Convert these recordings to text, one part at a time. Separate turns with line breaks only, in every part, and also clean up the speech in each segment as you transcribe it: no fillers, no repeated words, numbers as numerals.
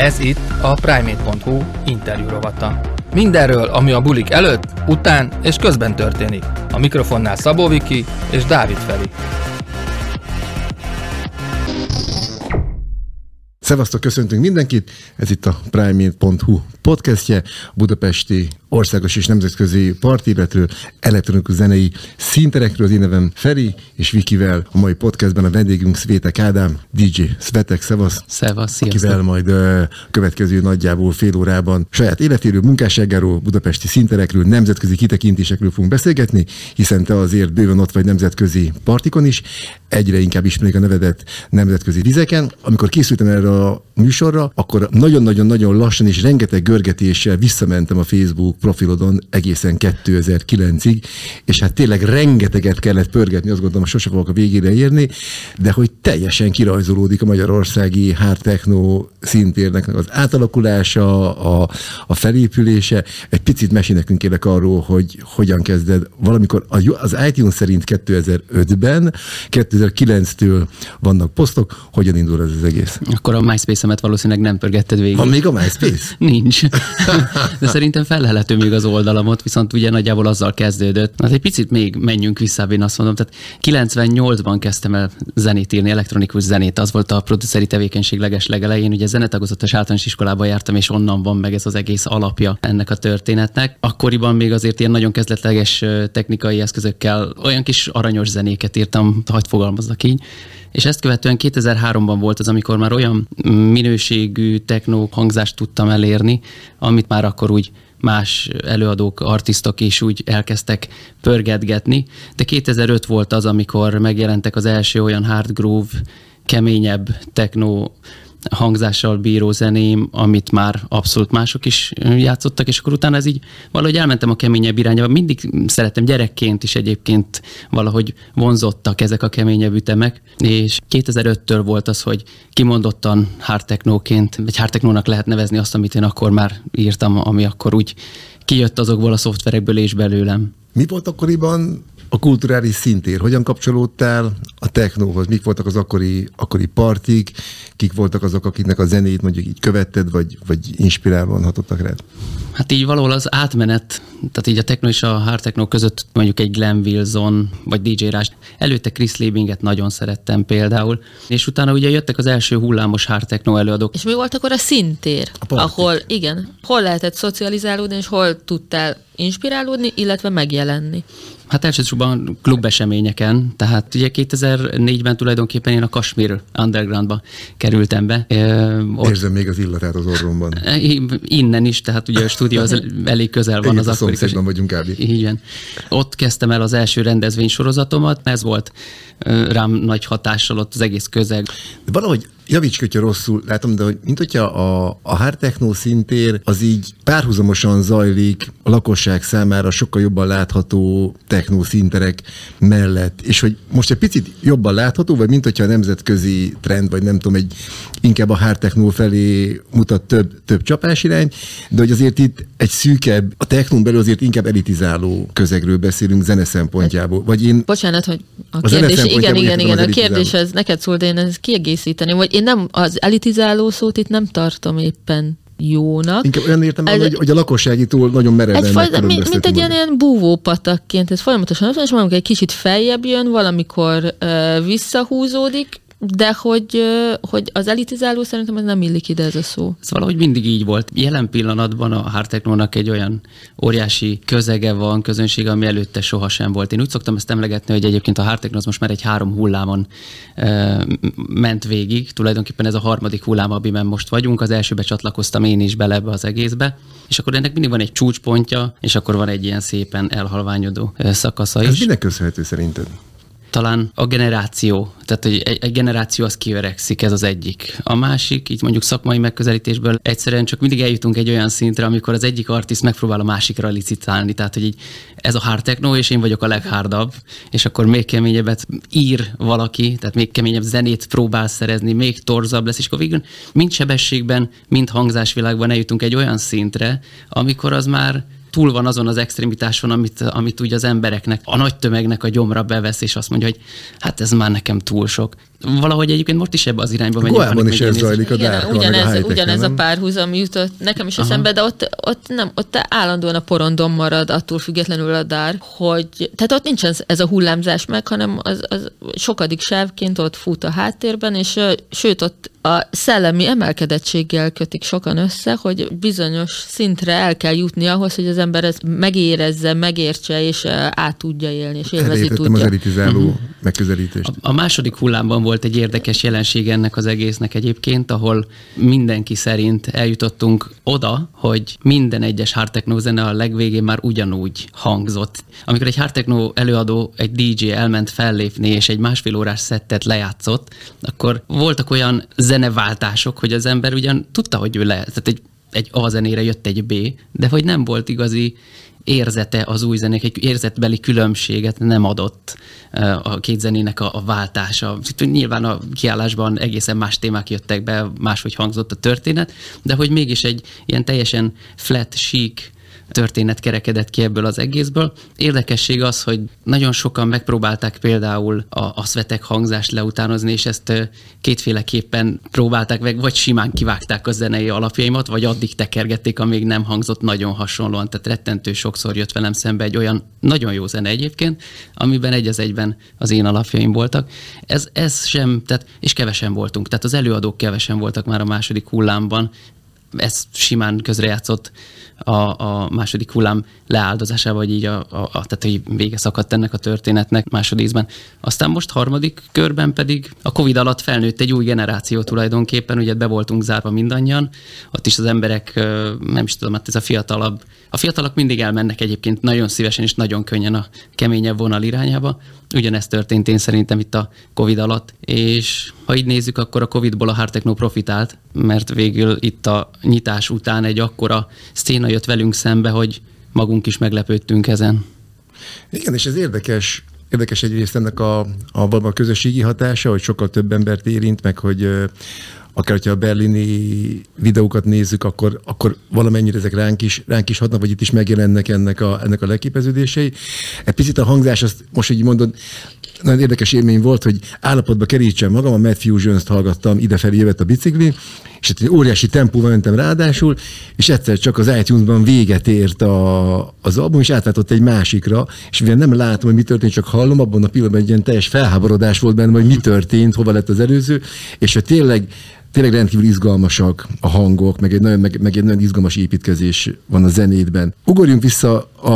Ez itt a Primate.hu interjú rovata. Mindenről, ami a bulik előtt, után és közben történik. A mikrofonnál Szabó Viki és Dávid Feri.
Szevasztok, köszöntünk mindenkit! Ez itt a Primate.hu podcastje, budapesti országos és nemzetközi partéletről, elektronikus zenei színterekről. Az én nevem Feri, és Vikivel a mai podcastben a vendégünk Szvétek Ádám, DJ Szvetek, szevasz!
Szevasz, sziasztok!
Akivel majd következő nagyjából fél órában saját életéről, munkásságáról, budapesti színterekről, nemzetközi kitekintésekről fogunk beszélgetni, hiszen te azért bőven ott vagy nemzetközi partikon is, egyre inkább ismerik a nevedet nemzetközi vizeken. Amikor készültem erre a műsorra, akkor nagyon-nagyon-nagyon lassan és rengeteg görgetéssel visszamentem a Facebook profilodon egészen 2009-ig, és hát tényleg rengeteget kellett pörgetni, azt gondolom, sose fogok a végére érni, de hogy teljesen kirajzolódik a magyarországi hard techno szintérnek az átalakulása, a felépülése. Egy picit mesélj nekünk kérlek arról, hogy hogyan kezded. Valamikor az iTunes szerint 2005-ben, 2009-től vannak posztok, hogyan indul ez az egész?
Akkor a MySpace-emet valószínűleg nem pörgetted végig.
Van még a MySpace?
Nincs. De szerintem fellelhető még az oldalamot, viszont ugye nagyjából azzal kezdődött. Hát egy picit még menjünk vissza, én azt mondom. Tehát 98-ban kezdtem el zenét írni, elektronikus zenét, az volt a produceri tevékenység legelején. Ugye zenetagozatos általános iskolába jártam, és onnan van meg ez az egész alapja ennek a történetnek. Akkoriban még azért ilyen nagyon kezdetleges technikai eszközökkel olyan kis aranyos zenéket írtam, hadd fogalmazzak így. És ezt követően 2003-ban volt az, amikor már olyan minőségű techno hangzást tudtam elérni, amit már akkor úgy más előadók, artistok is úgy elkezdtek pörgetgetni. De 2005 volt az, amikor megjelentek az első olyan hard groove, keményebb techno hangzással bíró zeném, amit már abszolút mások is játszottak, és akkor utána ez így valahogy elmentem a keményebb irányba. Mindig szerettem gyerekként is egyébként valahogy vonzottak ezek a keményebb ütemek, és 2005-től volt az, hogy kimondottan hard technóként, vagy hard technónak lehet nevezni azt, amit én akkor már írtam, ami akkor úgy kijött azokból a szoftverekből és belőlem.
Mi volt akkoriban a kulturális szintér? Hogyan kapcsolódtál a technóhoz? Mik voltak az akkori partik? Kik voltak azok, akiknek a zenét mondjuk így követted, vagy inspirálóan hatottak rád?
Hát így valahol az átmenet, tehát így a techno és a hard techno között mondjuk egy Glenn Wilson, vagy DJ Rush. Előtte Chris Liebinget nagyon szerettem például, és utána ugye jöttek az első hullámos hard techno előadók.
És mi volt akkor a színtér, ahol hol lehetett szocializálódni, és hol tudtál inspirálódni, illetve megjelenni?
Hát elsősorban klubeseményeken, tehát ugye 2004-ben tulajdonképpen én a Kashmir Undergroundba kerültem be.
Érzem még az illatát az orromban.
Innen is, tehát ugye a stúdió az elég közel van.
Az akkori szomszédban vagyunk kb.
Igen. Ott kezdtem el az első rendezvénysorozatomat, ez volt rám nagy hatással ott az egész közeg.
De valahogy javíts, hogyha rosszul látom, de mint hogyha a hard techno szintér az így párhuzamosan zajlik a lakosság számára sokkal jobban látható techno színterek mellett. És hogy most egy picit jobban látható, vagy mint hogyha a nemzetközi trend, vagy nem tudom, inkább a hard techno felé mutat több csapásirány, de hogy azért itt egy szűkebb, a technón belül azért inkább elitizáló közegről beszélünk zene szempontjából. Vagy én...
Bocsánat, hogy a kérdés, igen, a kérdés ez neked szól, de én ezt kiegészíteni, vagy én nem, az elitizáló szót itt nem tartom éppen jónak.
Inkább olyan értem, hogy a lakosságitól nagyon mereven megkülönböztetünk.
Mint egy ilyen búvópatakként, ez folyamatosan, és valamikor egy kicsit feljebb jön, valamikor visszahúzódik, de hogy az elitizáló szerintem ez nem illik ide ez a szó.
Ez valahogy mindig így volt. Jelen pillanatban a hard technónak egy olyan óriási közege van, közönsége, ami előtte sohasem volt. Én úgy szoktam ezt emlegetni, hogy egyébként a hard techno az most már egy 3 hullámon ment végig. Tulajdonképpen ez a 3. hullám, amiben most vagyunk. Az elsőbe csatlakoztam én is bele ebbe az egészbe. És akkor ennek mindig van egy csúcspontja, és akkor van egy ilyen szépen elhalványodó szakasza is.
Ez minek köszönhető szerinted?
Talán a generáció, tehát hogy egy generáció az kiöregszik, ez az egyik. A másik, így mondjuk szakmai megközelítésből egyszerűen csak mindig eljutunk egy olyan szintre, amikor az egyik artist megpróbál a másikra licitálni, tehát hogy így ez a hard techno, és én vagyok a leghardabb, és akkor még keményebbet ír valaki, tehát még keményebb zenét próbál szerezni, még torzabb lesz, és akkor végül mind sebességben, mind hangzásvilágban eljutunk egy olyan szintre, amikor az már túl van azon az extremitáson, amit úgy az embereknek, a nagy tömegnek a gyomra bevesz, és azt mondja, hogy hát ez már nekem túl sok. valahogy egyébként most is ebbe az irányba megyünk.
Goában is ez zajlik a Dark,
ugyanez a párhuzam jutott nekem is eszembe, de ott állandóan a porondon marad, attól függetlenül a Dark, hogy tehát ott nincsen ez a hullámzás meg, hanem az sokadik sávként ott fut a háttérben, és sőt ott a szellemi emelkedettséggel kötik sokan össze, hogy bizonyos szintre el kell jutni ahhoz, hogy az ember ezt megérezze, megértse, és át tudja élni, és élvezni tudja.
Az elitizáló megközelítést.
A második hullámban volt egy érdekes jelenség ennek az egésznek egyébként, ahol mindenki szerint eljutottunk oda, hogy minden egyes hard techno zene a legvégén már ugyanúgy hangzott. Amikor egy hard techno előadó, egy DJ elment fellépni, és egy másfél órás szettet lejátszott, akkor voltak olyan zeneváltások, hogy az ember ugyan tudta, hogy ő tehát egy A zenére jött egy B, de hogy nem volt igazi érzete az új zenék, egy érzetbeli különbséget nem adott a két zenének a váltása. Nyilván a kiállásban egészen más témák jöttek be, máshogy hangzott a történet, de hogy mégis egy ilyen teljesen flat, chic történet kerekedett ki ebből az egészből. Érdekesség az, hogy nagyon sokan megpróbálták például a szvetek hangzást leutánozni, és ezt kétféleképpen próbálták meg, vagy simán kivágták a zenei alapjaimat, vagy addig tekergették, amíg nem hangzott nagyon hasonlóan. Tehát rettentő sokszor jött velem szembe egy olyan nagyon jó zene egyébként, amiben egy az egyben az én alapjaim voltak. Ez sem, tehát, és kevesen voltunk. Tehát az előadók kevesen voltak már a második hullámban. Ez simán közrejátszott a második hullám leáldozásával, vagy így tehát, hogy vége szakadt ennek a történetnek másodízben. Aztán most harmadik körben pedig a Covid alatt felnőtt egy új generáció tulajdonképpen, ugye be voltunk zárva mindannyian, ott is az emberek, nem is tudom, hát ez a fiatalok mindig elmennek egyébként nagyon szívesen és nagyon könnyen a keményebb vonal irányába. Ugyanezt történt én szerintem itt a Covid alatt, és ha így nézzük, akkor a Covidból a hard techno profitált, mert végül itt a nyitás után egy akkora szcéna jött velünk szembe, hogy magunk is meglepődtünk ezen.
Igen, és ez érdekes egyrészt ennek a közösségi hatása, hogy sokkal több embert érint, meg hogy akár, hogyha a berlini videókat nézzük, akkor valamennyire ezek ránk is hatnak, vagy itt is megjelennek ennek a leképeződései. Egy picit a hangzás, azt most így mondod, nagyon érdekes élmény volt, hogy állapotba kerítsem magam, a Mad Fusions-t hallgattam, idefelé jövett a bicikli, és egy óriási tempóval mentem ráadásul, és egyszer csak az iTunes-ban véget ért az album, és átváltott egy másikra, és mivel nem látom, hogy mi történt, csak hallom, abban a pillanatban egy ilyen teljes felháborodás volt bennem, hogy mi történt, hova lett az előző, és hogy tényleg rendkívül izgalmasak a hangok, meg egy nagyon izgalmas építkezés van a zenétben. Ugorjunk vissza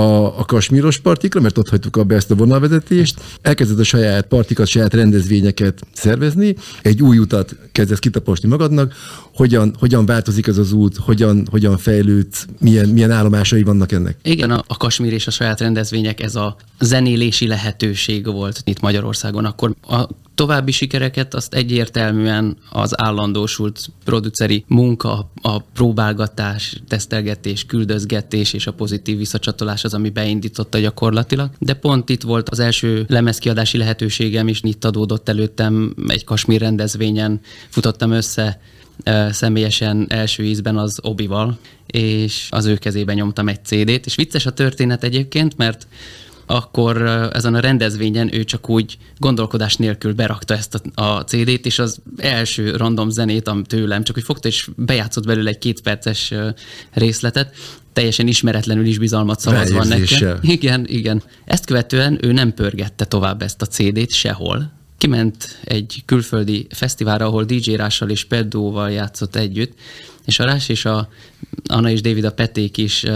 a kasmíros partikra, mert ott hagytuk abba ezt a vonalvezetést. Elkezded a saját partikat, saját rendezvényeket szervezni, egy új utat kezdesz kitaposni magadnak. Hogyan változik ez az út, hogyan fejlődsz, milyen állomásai vannak ennek?
Igen, a kasmír és a saját rendezvények, ez a zenélési lehetőség volt itt Magyarországon. Akkor a további sikereket azt egyértelműen az állandósult produceri munka, a próbálgatás, tesztelgetés, küldözgetés és a pozitív visszacsatolás az, ami beindította gyakorlatilag. De pont itt volt az első lemezkiadási lehetőségem is, itt adódott előttem egy kasmír rendezvényen, futottam össze személyesen első ízben az Obival, és az ő kezébe nyomtam egy CD-t, és vicces a történet egyébként, mert akkor ezen a rendezvényen ő csak úgy gondolkodás nélkül berakta ezt a CD-t, és az első random zenét tőlem, csak úgy fogta és bejátszott belőle egy 2 perces részletet, teljesen ismeretlenül is bizalmat szavazva nekem. Igen. Ezt követően ő nem pörgette tovább ezt a CD-t sehol. Kiment egy külföldi fesztiválra, ahol DJ Rással és Peddóval játszott együtt, és a Rás és a Anna és David, a Peték is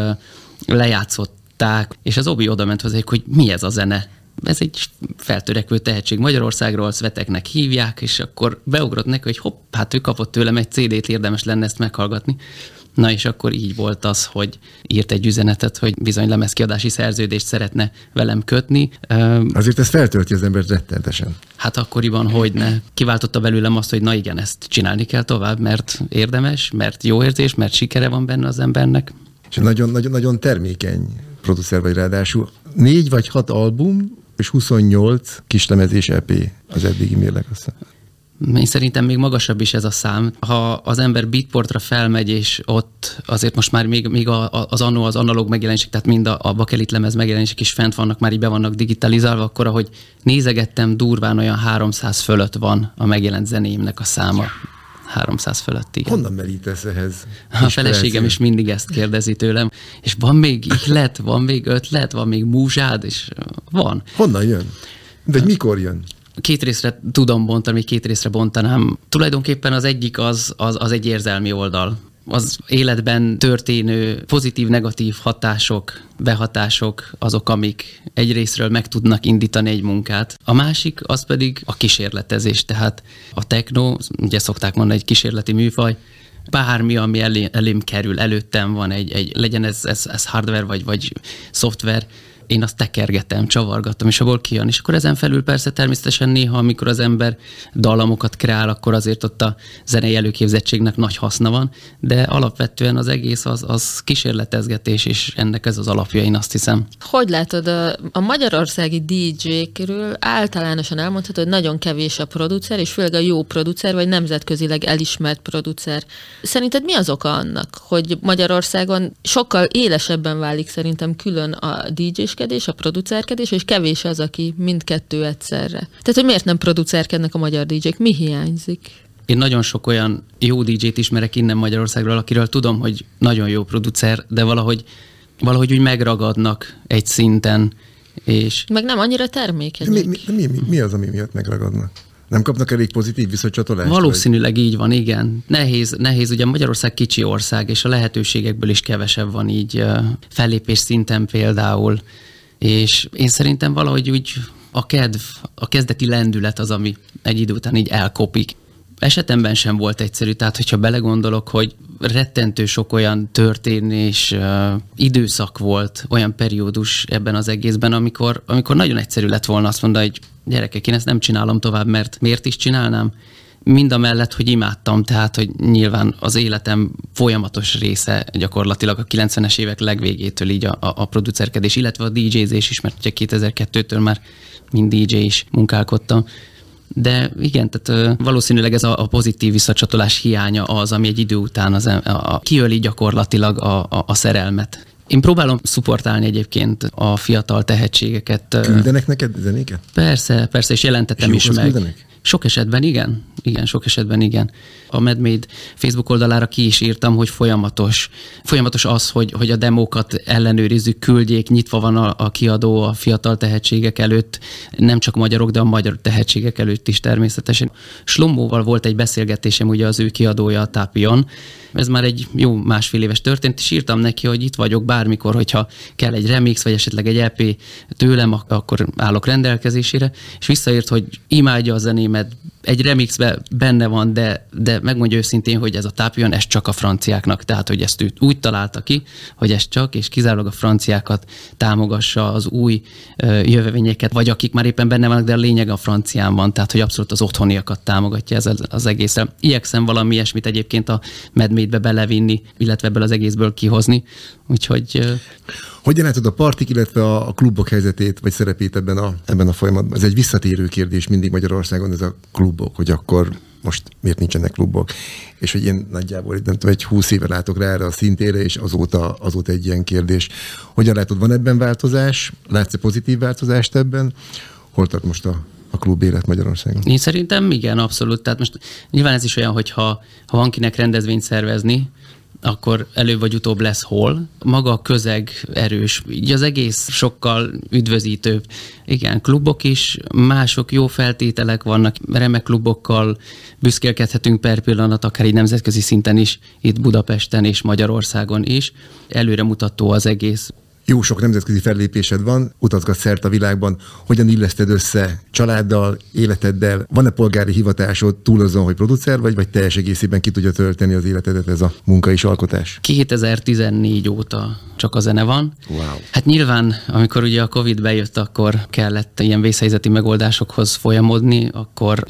lejátszották, és az Obi odament hozzá, hogy mi ez a zene? Ez egy feltörekvő tehetség Magyarországról, szveteknek hívják, és akkor beugrott neki, hogy hopp, hát ő kapott tőlem egy CD-t, érdemes lenne ezt meghallgatni. Na és akkor így volt az, hogy írt egy üzenetet, hogy bizony lemezkiadási szerződést szeretne velem kötni.
Azért ez feltölti az embert rettentesen.
Hát akkoriban hogyne. Kiváltotta belőlem azt, hogy na igen, ezt csinálni kell tovább, mert érdemes, mert jó érzés, mert sikere van benne az embernek.
És nagyon termékeny producer vagy ráadásul. 4 vagy 6 album, és 28 kislemez és EP az eddigi mérleg.
Én szerintem még magasabb is ez a szám. Ha az ember Beatportra felmegy, és ott azért most már még az analóg megjelenések, tehát mind a bakelit lemez megjelenések is fent vannak, már így be vannak digitalizálva, akkor ahogy nézegettem, durván olyan 300 fölött van a megjelent zenéimnek a száma. 300 fölött, igen.
Honnan merítesz ehhez?
A feleségem is mindig ezt kérdezi tőlem, és van még ihlet, van még ötlet, van még múzsád, és van.
Honnan jön? De mikor jön?
2 részre tudom bontani, még 2 részre bontanám. Tulajdonképpen az egyik az egy érzelmi oldal. Az életben történő pozitív-negatív hatások, behatások azok, amik egy részről meg tudnak indítani egy munkát. A másik az pedig a kísérletezés, tehát a techno, ugye szokták mondani, egy kísérleti műfaj, bármi, ami elém kerül, előttem van, legyen ez hardware vagy szoftver, én azt tekergetem, csavargatom, és abból kijön. És akkor ezen felül persze természetesen néha, amikor az ember dallamokat kreál, akkor azért ott a zenei előképzettségnek nagy haszna van, de alapvetően az egész az kísérletezgetés, és ennek ez az alapja, én azt hiszem.
Hogy látod, a magyarországi DJ-kről általánosan elmondhatod, hogy nagyon kevés a producer, és főleg a jó producer, vagy nemzetközileg elismert producer. Szerinted mi az oka annak, hogy Magyarországon sokkal élesebben válik szerintem külön a DJ-s a producerkedés, és kevés az, aki mindkettő egyszerre. Tehát, hogy miért nem producerkednek a magyar DJ-k? Mi hiányzik?
Én nagyon sok olyan jó DJ-t ismerek innen Magyarországról, akiről tudom, hogy nagyon jó producer, de valahogy úgy megragadnak egy szinten, és...
Meg nem annyira termékenyek.
Mi az, ami miatt megragadnak? Nem kapnak elég pozitív visszacsatolást?
Valószínűleg így van, igen. Nehéz, ugye Magyarország kicsi ország, és a lehetőségekből is kevesebb van így fellépés szinten például. És én szerintem valahogy úgy a kezdeti lendület az, ami egy idő után így elkopik. Esetemben sem volt egyszerű, tehát hogyha belegondolok, hogy rettentő sok olyan történés, időszak volt, olyan periódus ebben az egészben, amikor nagyon egyszerű lett volna azt mondani, hogy gyerekek, én ezt nem csinálom tovább, mert miért is csinálnám? Mindamellett, hogy imádtam, tehát, hogy nyilván az életem folyamatos része gyakorlatilag a 90-es évek legvégétől így a producerkedés, illetve a DJ-zés is, mert ugye 2002-től már mind DJ is munkálkodtam. De igen, tehát valószínűleg ez a pozitív visszacsatolás hiánya az, ami egy idő után kiöli gyakorlatilag a szerelmet. Én próbálom szupportálni egyébként a fiatal tehetségeket.
Küldenek neked zenéket?
Persze, és jelentettem is meg.
Küldenek?
Sok esetben igen. Igen, sok esetben igen. A Madmade Facebook oldalára ki is írtam, hogy folyamatos az, hogy a demókat ellenőrizzük, küldjék, nyitva van a kiadó a fiatal tehetségek előtt, nem csak magyarok, de a magyar tehetségek előtt is természetesen. Slommóval volt egy beszélgetésem, ugye az ő kiadója, a Tapion. Ez már egy jó 1,5 éves történt, és írtam neki, hogy itt vagyok bármikor, hogyha kell egy remix, vagy esetleg egy EP tőlem, akkor állok rendelkezésére, és visszaírt, hogy imádja a zenémet, egy remixben benne van, de megmondja őszintén, hogy ez a Tapion, ez csak a franciáknak, tehát, hogy ezt ő úgy találta ki, hogy ez csak, és kizárólag a franciákat támogassa, az új jövevényeket, vagy akik már éppen benne vannak, de a lényeg a francián van, tehát, hogy abszolút az otthoniakat támogatja ez az egészen. Igyekszem valami ilyesmit egyébként a Madmade-be belevinni, illetve ebből az egészből kihozni, úgyhogy...
Hogyan látod a partik, illetve a klubok helyzetét, vagy szerepét ebben a folyamatban? Ez egy visszatérő kérdés mindig Magyarországon, ez a klubok, hogy akkor most miért nincsenek klubok. És hogy én nagyjából, nem tudom, egy 20 éve látok rá erre a szintére, és azóta egy ilyen kérdés. Hogyan látod, van ebben változás? Látsz-e pozitív változást ebben? Hol tart most a klub élet Magyarországon?
Én szerintem igen, abszolút. Tehát most nyilván ez is olyan, hogy ha van kinek rendezvényt szervezni, akkor előbb vagy utóbb lesz hol. Maga a közeg erős, így az egész sokkal üdvözítőbb. Igen, klubok is, mások jó feltételek vannak, remek klubokkal büszkélkedhetünk per pillanat, akár így nemzetközi szinten is, itt Budapesten és Magyarországon is. Előremutató az egész.
Jó sok nemzetközi fellépésed van, utazgatsz szerte a világban, hogyan illeszted össze családdal, életeddel? Van-e polgári hivatásod túl azon, hogy producer vagy teljes egészében ki tudja tölteni az életedet ez a munka és alkotás?
2014 óta csak a zene van.
Wow.
Hát nyilván, amikor ugye a Covid bejött, akkor kellett ilyen vészhelyzeti megoldásokhoz folyamodni, akkor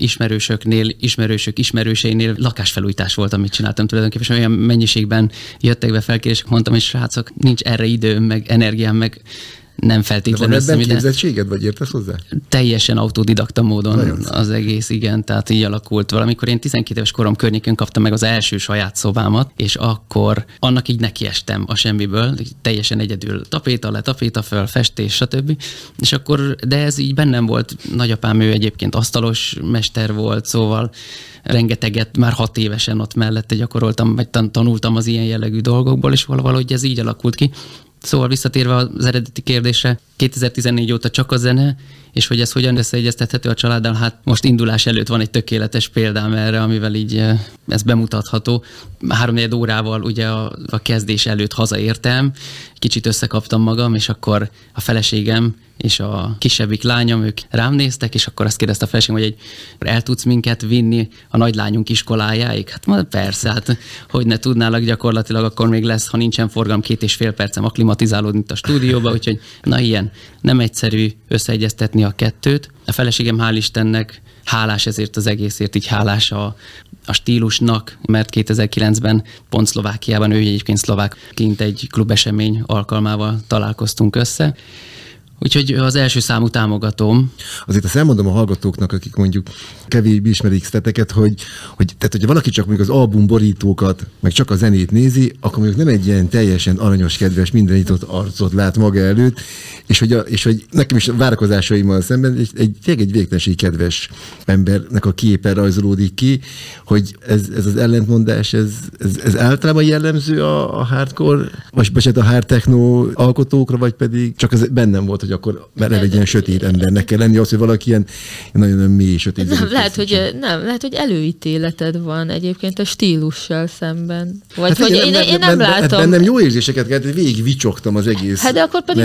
ismerőseinél lakásfelújítás volt, amit csináltam tulajdonképpen, olyan mennyiségben jöttek be felkérések, mondtam, hogy srácok, nincs erre időm, meg energiám, meg nem feltétlenül
össze. De van ebben képzettséged, vagy értesz hozzá?
Teljesen autodidakta módon az egész, igen, tehát így alakult. Valamikor én 12 éves korom környékén kaptam meg az első saját szobámat, és akkor annak így nekiestem a semmiből, teljesen egyedül tapéta le, tapéta föl, festés, stb. És akkor, de ez így bennem volt, nagyapám ő egyébként asztalos mester volt, szóval rengeteget már 6 évesen ott mellette gyakoroltam, vagy tanultam az ilyen jellegű dolgokból, és valahogy ez így alakult ki. Szóval visszatérve az eredeti kérdésre, 2014 óta csak a zene, és hogy ez hogyan összeegyeztethető a családdal, hát most indulás előtt van egy tökéletes példám erre, amivel így ez bemutatható. 3-4 órával ugye a kezdés előtt hazaértem, kicsit összekaptam magam, és akkor a feleségem és a kisebbik lányom, ők rám néztek, és akkor azt kérdezte a feleségem, hogy el tudsz minket vinni a nagylányunk iskolájáig? Hát mondom, persze, hát hogy ne tudnálak, gyakorlatilag akkor még lesz, ha nincsen forgalom, 2,5 percem akklimatizálódni a stúdióba, úgyhogy na ilyen, nem egyszerű összeegyeztetni a kettőt. A feleségem hál' Istennek hálás ezért az egészért, így hálás a stílusnak, mert 2009-ben pont Szlovákiában, ő egyébként szlovákként egy klubesemény alkalmával találkoztunk össze. Úgyhogy az első számú támogatóm.
Azért azt elmondom a hallgatóknak, akik mondjuk kevésbé ismerik szteteket, hogy tehát, hogyha valaki csak mondjuk az albumborítókat, meg csak a zenét nézi, akkor mondjuk nem egy ilyen teljesen aranyos, kedves, minden nyitott arcot lát maga előtt, és hogy nekem is a várakozásaimmal szemben egy végtelenség kedves embernek a képe rajzolódik ki, hogy ez az ellentmondás, ez általában jellemző a hardcore, vagy a hard techno alkotókra, vagy pedig csak az bennem volt, hogy akkor már egy ilyen sötét embernek kell lenni, az, hogy valaki ilyen nagyon mély sötét.
Lehet, hogy előítéleted van egyébként a stílussal szemben. Vagy
hát
hogy én nem látom.
Bennem jó érzéseket kellett, végig vicsogtam az egész.
Hát de akkor pedig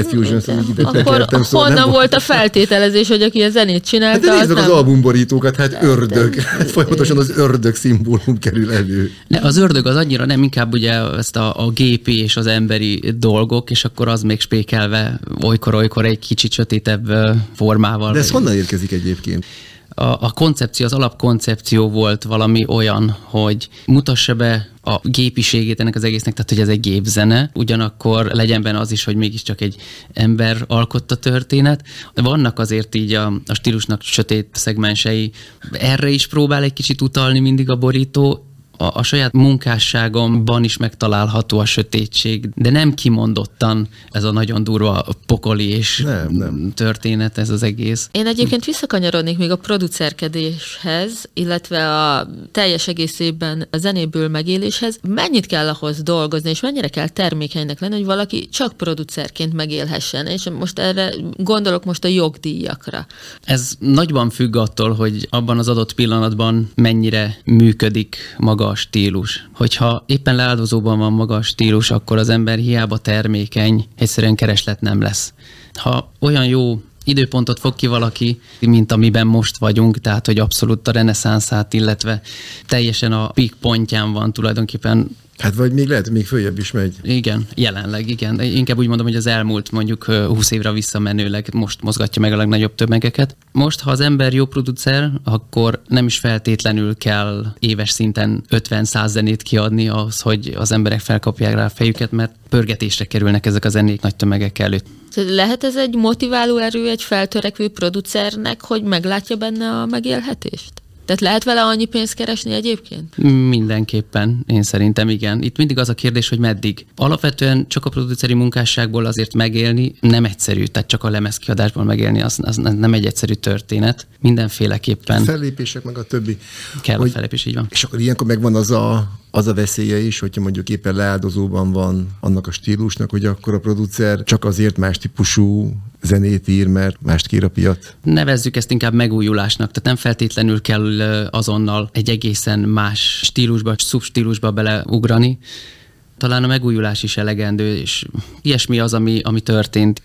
akkor
honnan volt a feltételezés, hogy aki a zenét csinálta,
hát nézd meg az albumborítókat, hát ördög. Hát folyamatosan az ördög szimbólum kerül elő.
Az ördög az annyira nem, inkább ugye ezt a gépi és az emberi dolgok, és akkor az még spékelve olykor egy kicsit sötétebb formával.
De ez honnan érkezik egyébként?
A koncepció, az alapkoncepció volt valami olyan, hogy mutassa be a gépiségét ennek az egésznek, tehát hogy ez egy gépzene, ugyanakkor legyen benne az is, hogy mégiscsak egy ember alkotta történet. Vannak azért így a stílusnak sötét szegmensei, erre is próbál egy kicsit utalni mindig a borító, a saját munkásságomban is megtalálható a sötétség, de nem kimondottan ez a nagyon durva pokoli és nem. Történet, ez az egész.
Én egyébként visszakanyarodnék még a producerkedéshez, illetve a teljes egészében a zenéből megéléshez. Mennyit kell ahhoz dolgozni, és mennyire kell termékenynek lenni, hogy valaki csak producerként megélhessen? És most erre gondolok most a jogdíjakra.
Ez nagyban függ attól, hogy abban az adott pillanatban mennyire működik maga a stílus. Hogyha éppen leáldozóban van maga a stílus, akkor az ember hiába termékeny, egyszerűen kereslet nem lesz. Ha olyan jó időpontot fog ki valaki, mint amiben most vagyunk, tehát hogy abszolút a reneszánszát, illetve teljesen a peak pontján van tulajdonképpen.
Hát vagy még lehet, még följebb is megy.
Igen, jelenleg, igen. Inkább úgy mondom, hogy az elmúlt mondjuk 20 évre visszamenőleg most mozgatja meg a legnagyobb tömegeket. Most, ha az ember jó producer, akkor nem is feltétlenül kell éves szinten 50-100 zenét kiadni ahhoz, hogy az emberek felkapják rá a fejüket, mert pörgetésre kerülnek ezek a zenék nagy tömegek előtt.
Lehet ez egy motiváló erő egy feltörekvő producernek, hogy meglátja benne a megélhetést? Tehát lehet vele annyi pénzt keresni egyébként?
Mindenképpen, én szerintem igen. Itt mindig az a kérdés, hogy meddig. Alapvetően csak a produceri munkásságból azért megélni nem egyszerű, tehát csak a lemezkiadásból megélni, az nem egy egyszerű történet. Mindenféleképpen.
A fellépések meg a többi.
Kell a fellépés, így van.
És akkor ilyenkor megvan az a veszélye is, hogyha mondjuk éppen leáldozóban van annak a stílusnak, hogy akkor a producer csak azért más típusú zenét ír, mert mást kér a piac.
Nevezzük ezt inkább megújulásnak, tehát nem feltétlenül kell azonnal egy egészen más stílusba, szubstílusba beleugrani. Talán a megújulás is elegendő, és ilyesmi az, ami történt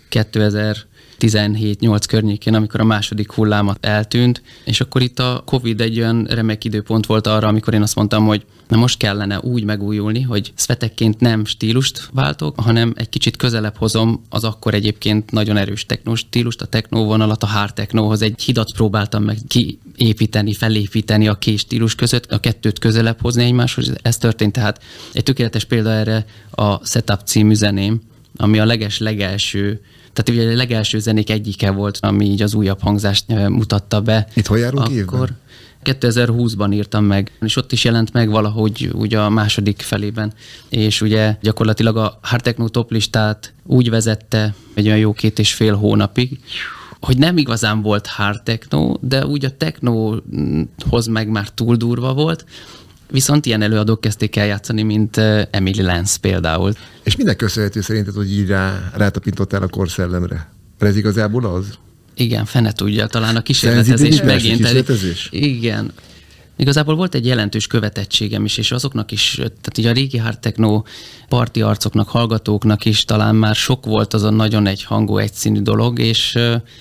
2017-8 környékén, amikor a második hullámat eltűnt, és akkor itt a Covid egy olyan remek időpont volt arra, amikor én azt mondtam, hogy na most kellene úgy megújulni, hogy szvetekként nem stílust váltok, hanem egy kicsit közelebb hozom az akkor egyébként nagyon erős techno stílust, a techno vonalat, a hard technohoz egy hidat próbáltam meg kiépíteni, felépíteni a két stílus között, a kettőt közelebb hozni egymáshoz. Ez történt, tehát egy tökéletes példa erre a Setup című zeném, ami a legelső Tehát ugye a legelső zenék egyike volt, ami így az újabb hangzást mutatta be.
Itt hol járunk évben?
2020-ban írtam meg, és ott is jelent meg valahogy ugye a második felében, és ugye gyakorlatilag a Hard Techno toplistát úgy vezette egy olyan jó 2,5 hónapig, hogy nem igazán volt hard techno, de úgy a technohoz meg már túl durva volt, viszont ilyen előadók kezdték el játszani, mint Emily Lenz például.
És minek köszönhető szerinted, hogy így rátapintottál a korszellemre? Ez igazából az?
Igen, fene tudja, talán a kísérletezés megint.
Kísérletezés?
Igen. Igazából volt egy jelentős követettségem is, és azoknak is, tehát így a régi hard techno parti arcoknak, hallgatóknak is talán már sok volt az a nagyon egyhangú, egyszínű dolog, és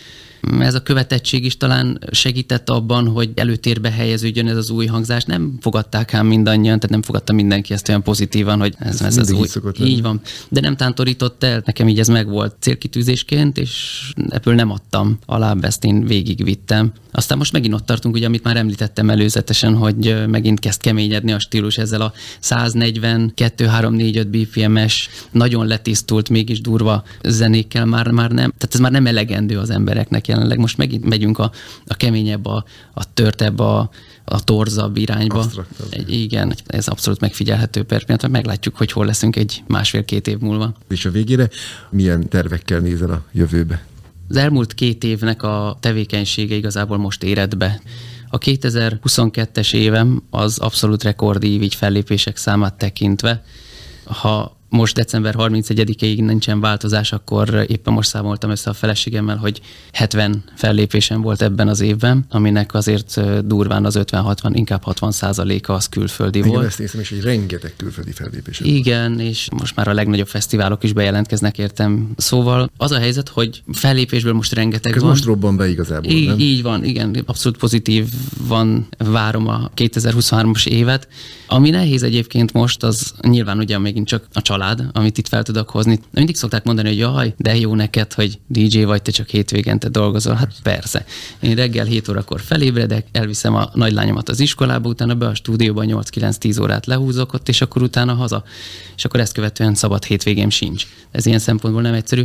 ez a követettség is talán segített abban, hogy előtérbe helyeződjön ez az új hangzás. Nem fogadták ám mindannyian, tehát nem fogadta mindenki ezt olyan pozitívan, hogy ez az új. Így van. De nem tántorított el, nekem így ez megvolt célkitűzésként, és ebből nem adtam alább, ezt én végigvittem. Aztán most megint ott tartunk, ugye, amit már említettem előzetesen, hogy megint kezd keményedni a stílus ezzel a 142, 3, 4, 5 BPM-es, nagyon letisztult, mégis durva zenékkel már nem, tehát ez már nem elegendő az embereknek jelenleg. Most megint megyünk a keményebb, a törtebb, a torzabb irányba. Igen, ez abszolút megfigyelhető per pillanat, meglátjuk, hogy hol leszünk egy 1,5-2 év múlva.
És a végére milyen tervekkel nézel a jövőbe?
Az elmúlt 2 évnek a tevékenysége igazából most éred be. A 2022-es évem az abszolút rekordív, így fellépések számát tekintve. Ha most december 31-ig nincsen változás, akkor éppen most számoltam össze a feleségemmel, hogy 70 fellépésem volt ebben az évben, aminek azért durván az 50-60, inkább 60%-a az külföldi volt.
Igen, ezt néztem is, hogy rengeteg külföldi fellépésem.
Igen, és most már a legnagyobb fesztiválok is bejelentkeznek, értem. Szóval az a helyzet, hogy fellépésből most rengeteg van.
Most robban be igazából, nem?
Így van, igen. Abszolút pozitívan várom a 2023-as évet. Ami nehéz egyébként most, az nyilván ugye megint csak a család, amit itt fel tudok hozni. Mindig szokták mondani, hogy jaj, de jó neked, hogy DJ vagy, te csak hétvégente dolgozol. Hát persze. Én reggel 7 órakor felébredek, elviszem a nagylányomat az iskolába, utána be a stúdióban 8-9-10 órát lehúzok ott, és akkor utána haza. És akkor ezt követően szabad hétvégém sincs. Ez ilyen szempontból nem egyszerű.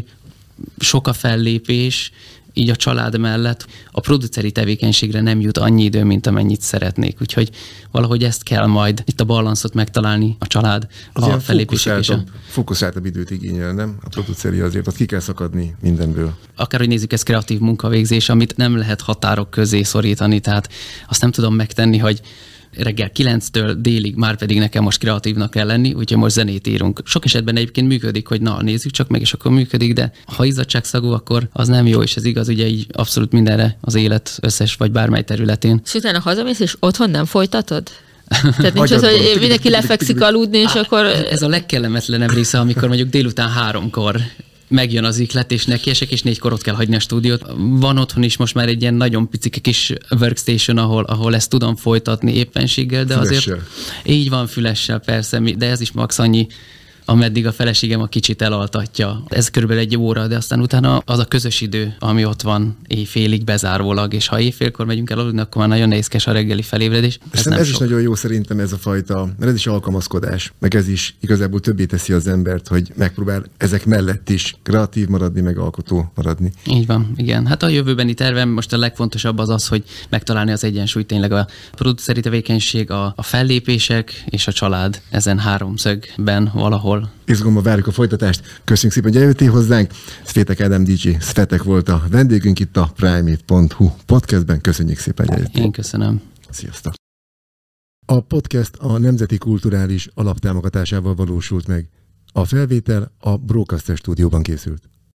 Sok a fellépés, így a család mellett a produceri tevékenységre nem jut annyi idő, mint amennyit szeretnék. Úgyhogy valahogy ezt kell majd itt a balanszot megtalálni, a család,
az
a fellépések is.
Fokuszáltabb időt igényel, nem? A produceri azért, ott ki kell szakadni mindenből.
Akárhogy nézzük, ez kreatív munkavégzés, amit nem lehet határok közé szorítani, tehát azt nem tudom megtenni, hogy reggel 9-től délig, már pedig nekem most kreatívnak kell lenni, úgyhogy most zenét írunk. Sok esetben egyébként működik, hogy na, nézzük csak meg, és akkor működik, de ha izzadságszagú, akkor az nem jó, és ez igaz ugye így abszolút mindenre az élet összes vagy bármely területén.
És utána hazamész, és otthon nem folytatod? Tehát nincs az, hogy mindenki lefekszik aludni, és akkor...
Ez a legkellemetlenebb része, amikor mondjuk délután 3-kor megjön az iklet, és nekiesek, és 4-kor ott kell hagyni a stúdiót. Van otthon is most már egy ilyen nagyon picike kis workstation, ahol ezt tudom folytatni éppenséggel, de
fülessel.
Azért... Így van, fülessel persze, de ez is max annyi, ameddig a feleségem a kicsit elaltatja. Ez körülbelül 1 óra, de aztán utána az a közös idő, ami ott van éjfélig bezárólag, és ha éjfélkor megyünk el aludni, akkor már nagyon nehézkes a reggeli felébredés.
Ez is nagyon jó szerintem ez a fajta, mert ez is alkalmazkodás, meg ez is igazából többé teszi az embert, hogy megpróbál ezek mellett is kreatív maradni, meg alkotó maradni.
Így van, igen. Hát a jövőbeni tervem most a legfontosabb az, hogy megtalálni az egyensúlyt, tényleg a produceri tevékenység, a fellépések és a család ezen 3 szögben valahol.
Izgalommal várjuk a folytatást. Köszönjük szépen, hogy eljöttél hozzánk. Svetek Ádám DJ Svetek volt a vendégünk itt a primate.hu podcastben. Köszönjük szépen, hogy eljöttél.
Én köszönöm.
Sziasztok! A podcast a Nemzeti Kulturális Alaptámogatásával valósult meg. A felvétel a Broadcaster stúdióban készült.